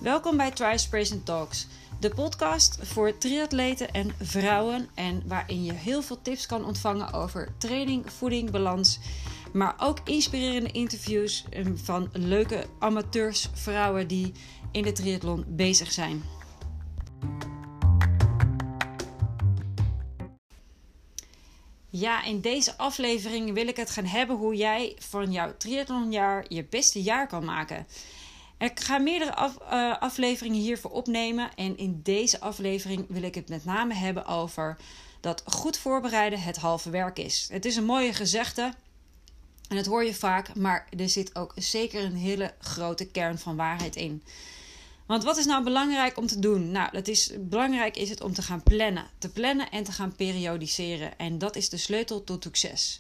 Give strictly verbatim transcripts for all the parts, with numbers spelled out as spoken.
Welkom bij Triaspiration Talks, de podcast voor triatleten en vrouwen en waarin je heel veel tips kan ontvangen over training, voeding, balans, maar ook inspirerende interviews van leuke amateurs, vrouwen die in de triathlon bezig zijn. Ja, in deze aflevering wil ik het gaan hebben hoe jij van jouw triathlonjaar je beste jaar kan maken. Ik ga meerdere af, uh, afleveringen hiervoor opnemen en in deze aflevering wil ik het met name hebben over dat goed voorbereiden het halve werk is. Het is een mooie gezegde en dat hoor je vaak, maar er zit ook zeker een hele grote kern van waarheid in. Want wat is nou belangrijk om te doen? Nou, dat is, belangrijk is het om te gaan plannen. Te plannen en te gaan periodiseren. En dat is de sleutel tot succes.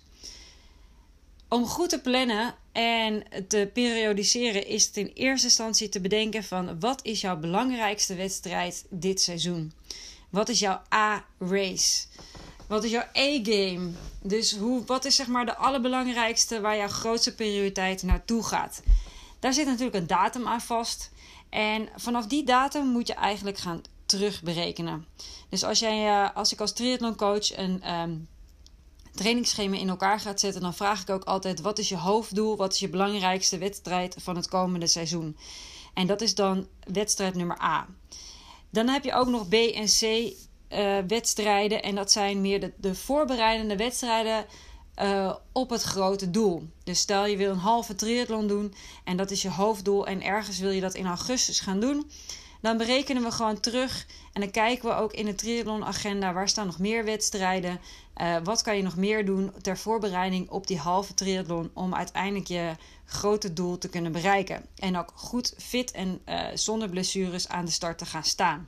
Om goed te plannen en te periodiseren is het in eerste instantie te bedenken van wat is jouw belangrijkste wedstrijd dit seizoen? Wat is jouw A-race? Wat is jouw A-game? Dus hoe, wat is zeg maar de allerbelangrijkste waar jouw grootste prioriteit naartoe gaat? Daar zit natuurlijk een datum aan vast. En vanaf die datum moet je eigenlijk gaan terugberekenen. Dus als, jij, als ik als triathloncoach een um, trainingsschema in elkaar gaat zetten, dan vraag ik ook altijd wat is je hoofddoel, wat is je belangrijkste wedstrijd van het komende seizoen. En dat is dan wedstrijd nummer A. Dan heb je ook nog B en C uh, wedstrijden en dat zijn meer de, de voorbereidende wedstrijden Uh, op het grote doel. Dus stel je wil een halve triathlon doen en dat is je hoofddoel en ergens wil je dat in augustus gaan doen. Dan berekenen we gewoon terug en dan kijken we ook in de triathlonagenda waar staan nog meer wedstrijden. Uh, wat kan je nog meer doen ter voorbereiding op die halve triathlon om uiteindelijk je grote doel te kunnen bereiken. En ook goed fit en uh, zonder blessures aan de start te gaan staan.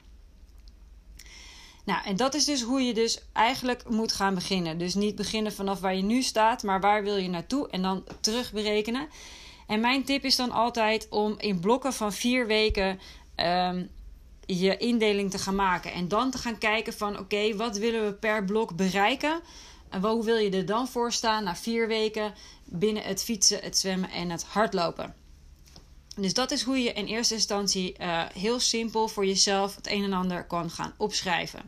Nou, en dat is dus hoe je dus eigenlijk moet gaan beginnen. Dus niet beginnen vanaf waar je nu staat, maar waar wil je naartoe en dan terugberekenen. En mijn tip is dan altijd om in blokken van vier weken um, je indeling te gaan maken. En dan te gaan kijken van oké, okay, wat willen we per blok bereiken? En hoe wil je er dan voor staan na vier weken binnen het fietsen, het zwemmen en het hardlopen? Dus dat is hoe je in eerste instantie uh, heel simpel voor jezelf het een en ander kan gaan opschrijven.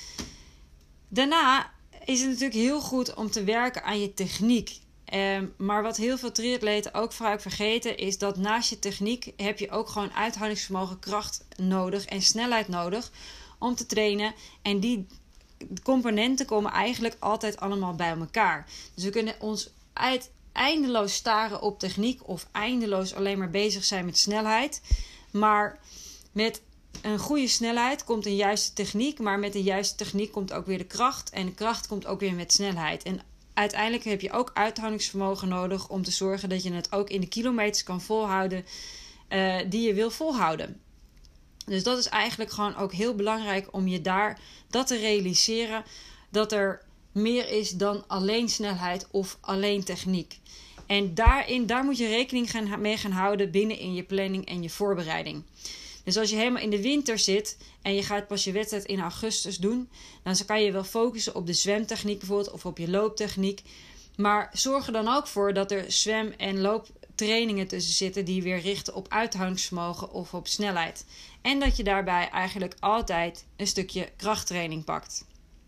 Daarna is het natuurlijk heel goed om te werken aan je techniek. Um, maar wat heel veel triatleten ook vaak vergeten is dat naast je techniek heb je ook gewoon uithoudingsvermogen, kracht nodig en snelheid nodig om te trainen. En die componenten komen eigenlijk altijd allemaal bij elkaar. Dus we kunnen ons uit eindeloos staren op techniek of eindeloos alleen maar bezig zijn met snelheid. Maar met een goede snelheid komt een juiste techniek. Maar met de juiste techniek komt ook weer de kracht. En de kracht komt ook weer met snelheid. En uiteindelijk heb je ook uithoudingsvermogen nodig om te zorgen dat je het ook in de kilometers kan volhouden uh, die je wil volhouden. Dus dat is eigenlijk gewoon ook heel belangrijk om je daar dat te realiseren. Dat er meer is dan alleen snelheid of alleen techniek. En daarin, daar moet je rekening gaan, mee gaan houden binnen in je planning en je voorbereiding. Dus als je helemaal in de winter zit en je gaat pas je wedstrijd in augustus doen, dan kan je wel focussen op de zwemtechniek bijvoorbeeld of op je looptechniek. Maar zorg er dan ook voor dat er zwem- en looptrainingen tussen zitten die weer richten op uithoudingsvermogen of op snelheid. En dat je daarbij eigenlijk altijd een stukje krachttraining pakt.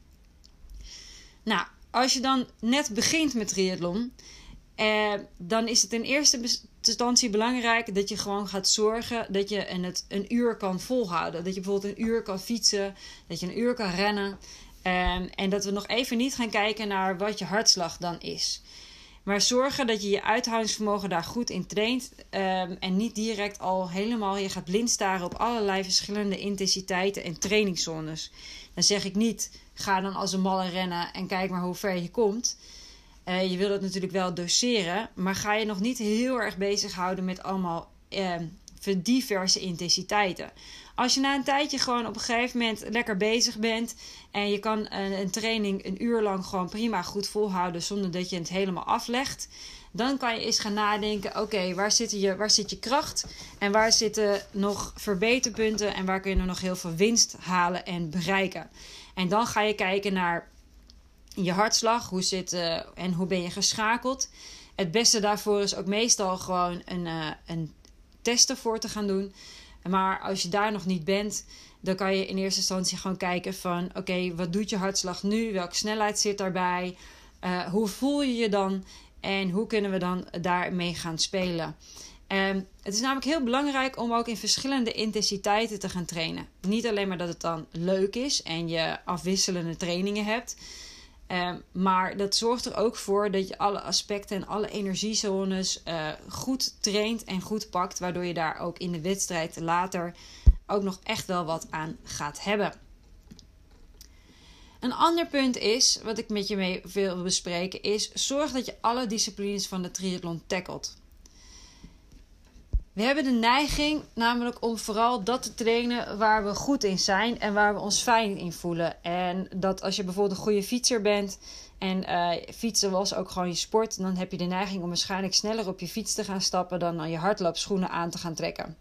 Nou, als je dan net begint met triathlon, eh, dan is het in eerste instantie belangrijk dat je gewoon gaat zorgen dat je een, het een uur kan volhouden. Dat je bijvoorbeeld een uur kan fietsen, dat je een uur kan rennen. Eh, en dat we nog even niet gaan kijken naar wat je hartslag dan is. Maar zorgen dat je je uithoudingsvermogen daar goed in traint. Eh, en niet direct al helemaal je gaat blind staren op allerlei verschillende intensiteiten en trainingszones. Dan zeg ik niet, ga dan als een malle rennen en kijk maar hoe ver je komt. Uh, je wil dat natuurlijk wel doseren. Maar ga je nog niet heel erg bezighouden met allemaal uh, diverse intensiteiten. Als je na een tijdje gewoon op een gegeven moment lekker bezig bent. En je kan een, een training een uur lang gewoon prima goed volhouden zonder dat je het helemaal aflegt. Dan kan je eens gaan nadenken, oké, okay, waar, zit je, waar zit je kracht? En waar zitten nog verbeterpunten? En waar kun je nog heel veel winst halen en bereiken? En dan ga je kijken naar je hartslag, hoe zit uh, en hoe ben je geschakeld. Het beste daarvoor is ook meestal gewoon een, uh, een testen voor te gaan doen. Maar als je daar nog niet bent, dan kan je in eerste instantie gewoon kijken van oké, okay, wat doet je hartslag nu? Welke snelheid zit daarbij? Uh, hoe voel je je dan? En hoe kunnen we dan daarmee gaan spelen? Um, het is namelijk heel belangrijk om ook in verschillende intensiteiten te gaan trainen. Niet alleen maar dat het dan leuk is en je afwisselende trainingen hebt. Um, maar dat zorgt er ook voor dat je alle aspecten en alle energiezones uh, goed traint en goed pakt. Waardoor je daar ook in de wedstrijd later ook nog echt wel wat aan gaat hebben. Een ander punt is, wat ik met je mee wil bespreken, is zorg dat je alle disciplines van de triathlon tackelt. We hebben de neiging namelijk om vooral dat te trainen waar we goed in zijn en waar we ons fijn in voelen. En dat als je bijvoorbeeld een goede fietser bent en uh, fietsen was ook gewoon je sport, dan heb je de neiging om waarschijnlijk sneller op je fiets te gaan stappen dan aan je hardloopschoenen aan te gaan trekken.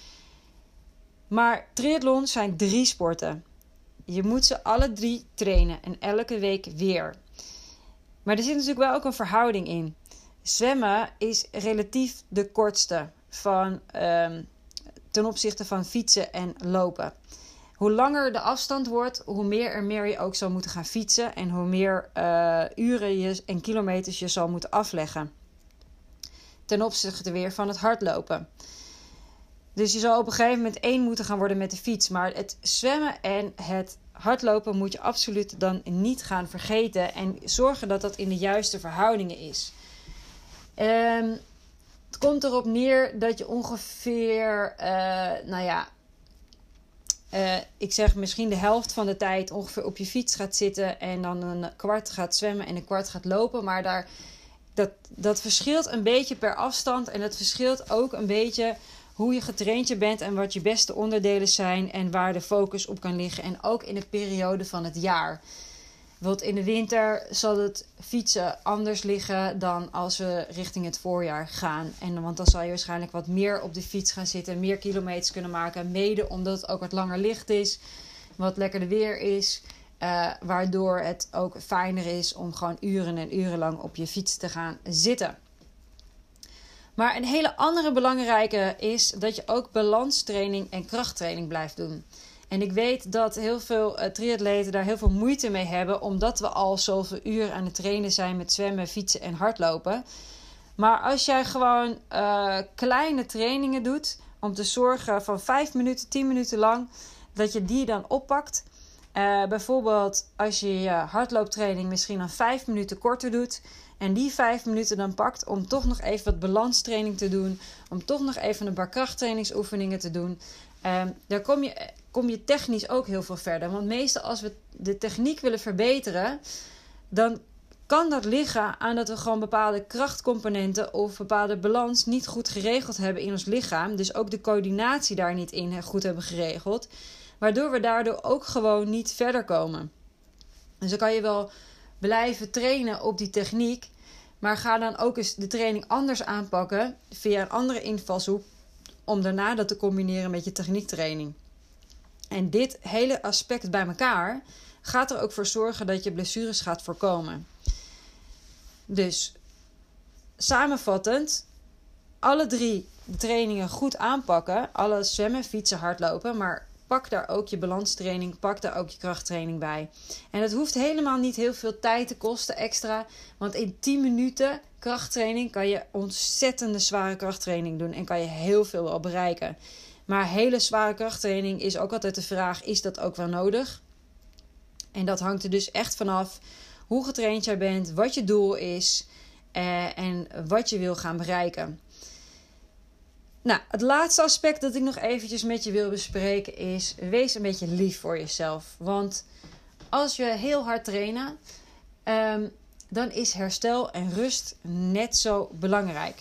Maar triathlon zijn drie sporten. Je moet ze alle drie trainen en elke week weer. Maar er zit natuurlijk wel ook een verhouding in. Zwemmen is relatief de kortste van, um, ten opzichte van fietsen en lopen. Hoe langer de afstand wordt, hoe meer en meer je ook zal moeten gaan fietsen. En hoe meer uh, uren je en kilometers je zal moeten afleggen. Ten opzichte weer van het hardlopen. Dus je zal op een gegeven moment één moeten gaan worden met de fiets. Maar het zwemmen en het hardlopen moet je absoluut dan niet gaan vergeten. En zorgen dat dat in de juiste verhoudingen is. Um, het komt erop neer dat je ongeveer, uh, nou ja, uh, ik zeg misschien de helft van de tijd ongeveer op je fiets gaat zitten. En dan een kwart gaat zwemmen en een kwart gaat lopen. Maar daar, dat, dat verschilt een beetje per afstand. En dat verschilt ook een beetje hoe je getraind je bent en wat je beste onderdelen zijn en waar de focus op kan liggen. En ook in de periode van het jaar. Bijvoorbeeld in de winter zal het fietsen anders liggen dan als we richting het voorjaar gaan. En, want dan zal je waarschijnlijk wat meer op de fiets gaan zitten, meer kilometers kunnen maken. Mede omdat het ook wat langer licht is, wat lekkerder weer is. Uh, waardoor het ook fijner is om gewoon uren en uren lang op je fiets te gaan zitten. Maar een hele andere belangrijke is dat je ook balanstraining en krachttraining blijft doen. En ik weet dat heel veel uh, triatleten daar heel veel moeite mee hebben, omdat we al zoveel uur aan het trainen zijn met zwemmen, fietsen en hardlopen. Maar als jij gewoon uh, kleine trainingen doet om te zorgen van vijf minuten, tien minuten lang, dat je die dan oppakt. Uh, bijvoorbeeld als je je hardlooptraining misschien dan vijf minuten korter doet. En die vijf minuten dan pakt om toch nog even wat balanstraining te doen. Om toch nog even een paar krachttrainingsoefeningen te doen. Um, dan kom je, kom je technisch ook heel veel verder. Want meestal als we de techniek willen verbeteren, dan kan dat liggen aan dat we gewoon bepaalde krachtcomponenten of bepaalde balans niet goed geregeld hebben in ons lichaam. Dus ook de coördinatie daar niet in goed hebben geregeld. Waardoor we daardoor ook gewoon niet verder komen. Dus dan kan je wel blijven trainen op die techniek. Maar ga dan ook eens de training anders aanpakken via een andere invalshoek. Om daarna dat te combineren met je techniektraining. En dit hele aspect bij elkaar gaat er ook voor zorgen dat je blessures gaat voorkomen. Dus samenvattend, alle drie trainingen goed aanpakken. Alle zwemmen, fietsen, hardlopen. Maar pak daar ook je balanstraining, pak daar ook je krachttraining bij. En dat hoeft helemaal niet heel veel tijd te kosten extra. Want in tien minuten krachttraining kan je ontzettende zware krachttraining doen. En kan je heel veel wel bereiken. Maar hele zware krachttraining is ook altijd de vraag, is dat ook wel nodig? En dat hangt er dus echt vanaf hoe getraind jij bent, wat je doel is eh, en wat je wil gaan bereiken. Nou, het laatste aspect dat ik nog eventjes met je wil bespreken is, wees een beetje lief voor jezelf. Want als je heel hard trainen, um, dan is herstel en rust net zo belangrijk.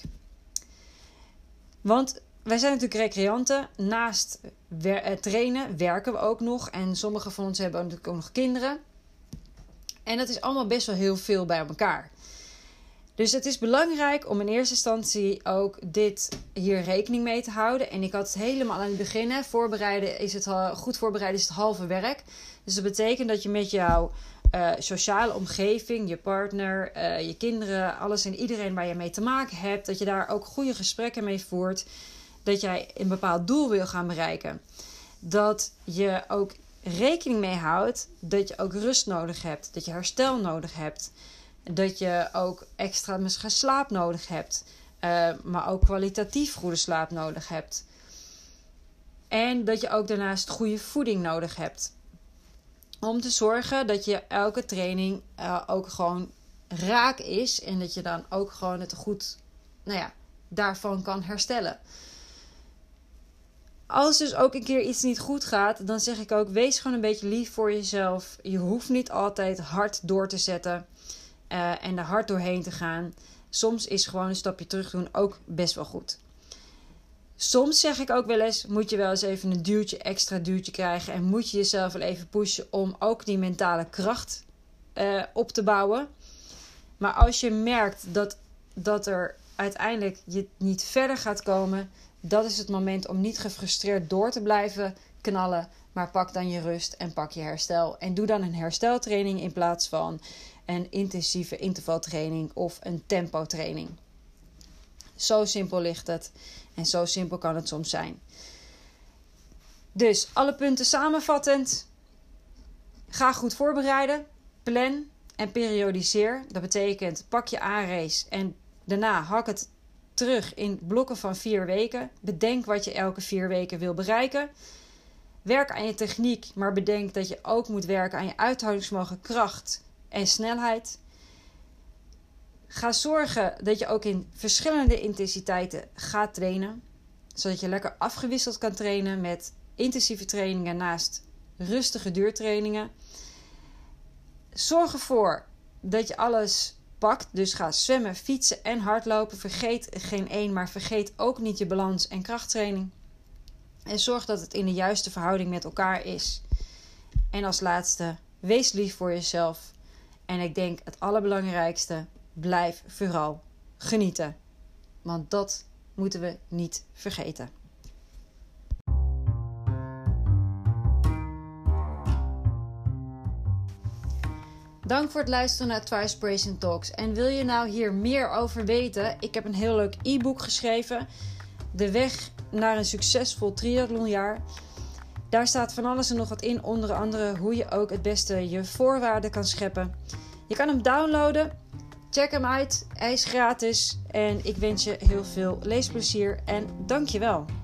Want wij zijn natuurlijk recreanten. Naast wer- trainen werken we ook nog. En sommige van ons hebben natuurlijk ook nog kinderen. En dat is allemaal best wel heel veel bij elkaar. Dus het is belangrijk om in eerste instantie ook dit hier rekening mee te houden. En ik had het helemaal aan het begin. Hè, voorbereiden is het, goed voorbereiden is het halve werk. Dus dat betekent dat je met jouw uh, sociale omgeving, je partner, uh, je kinderen, alles en iedereen waar je mee te maken hebt, dat je daar ook goede gesprekken mee voert. dat jij een bepaald doel wil gaan bereiken, dat je ook rekening mee houdt dat je ook rust nodig hebt, dat je herstel nodig hebt, dat je ook extra misschien slaap nodig hebt, uh, maar ook kwalitatief goede slaap nodig hebt. En dat je ook daarnaast goede voeding nodig hebt. Om te zorgen dat je elke training uh, ook gewoon raak is. En dat je dan ook gewoon het goed, nou ja, daarvan kan herstellen. Als dus ook een keer iets niet goed gaat, dan zeg ik ook, wees gewoon een beetje lief voor jezelf. Je hoeft niet altijd hard door te zetten uh, en er hard doorheen te gaan. Soms is gewoon een stapje terug doen ook best wel goed. Soms zeg ik ook wel eens, moet je wel eens even een duwtje, extra duwtje krijgen. En moet je jezelf wel even pushen om ook die mentale kracht uh, op te bouwen. Maar als je merkt dat, dat er uiteindelijk je niet verder gaat komen, dat is het moment om niet gefrustreerd door te blijven knallen. Maar pak dan je rust en pak je herstel. En doe dan een hersteltraining in plaats van een intensieve intervaltraining of een tempotraining. Zo simpel ligt het. En zo simpel kan het soms zijn. Dus alle punten samenvattend. Ga goed voorbereiden. Plan en periodiseer. Dat betekent pak je A-race en daarna hak het terug in blokken van vier weken. Bedenk wat je elke vier weken wil bereiken. Werk aan je techniek, maar bedenk dat je ook moet werken aan je uithoudingsvermogen, kracht en snelheid. Ga zorgen dat je ook in verschillende intensiteiten gaat trainen. Zodat je lekker afgewisseld kan trainen met intensieve trainingen naast rustige duurtrainingen. Zorg ervoor dat je alles pakt. Dus ga zwemmen, fietsen en hardlopen. Vergeet geen één, maar vergeet ook niet je balans en krachttraining. En zorg dat het in de juiste verhouding met elkaar is. En als laatste, wees lief voor jezelf. En ik denk het allerbelangrijkste, blijf vooral genieten. Want dat moeten we niet vergeten. Dank voor het luisteren naar Trispiration Talks. En wil je nou hier meer over weten? Ik heb een heel leuk e-book geschreven. De weg naar een succesvol triathlonjaar. Daar staat van alles en nog wat in. Onder andere hoe je ook het beste je voorwaarden kan scheppen. Je kan hem downloaden. Check hem uit. Hij is gratis. En ik wens je heel veel leesplezier. En dank je wel.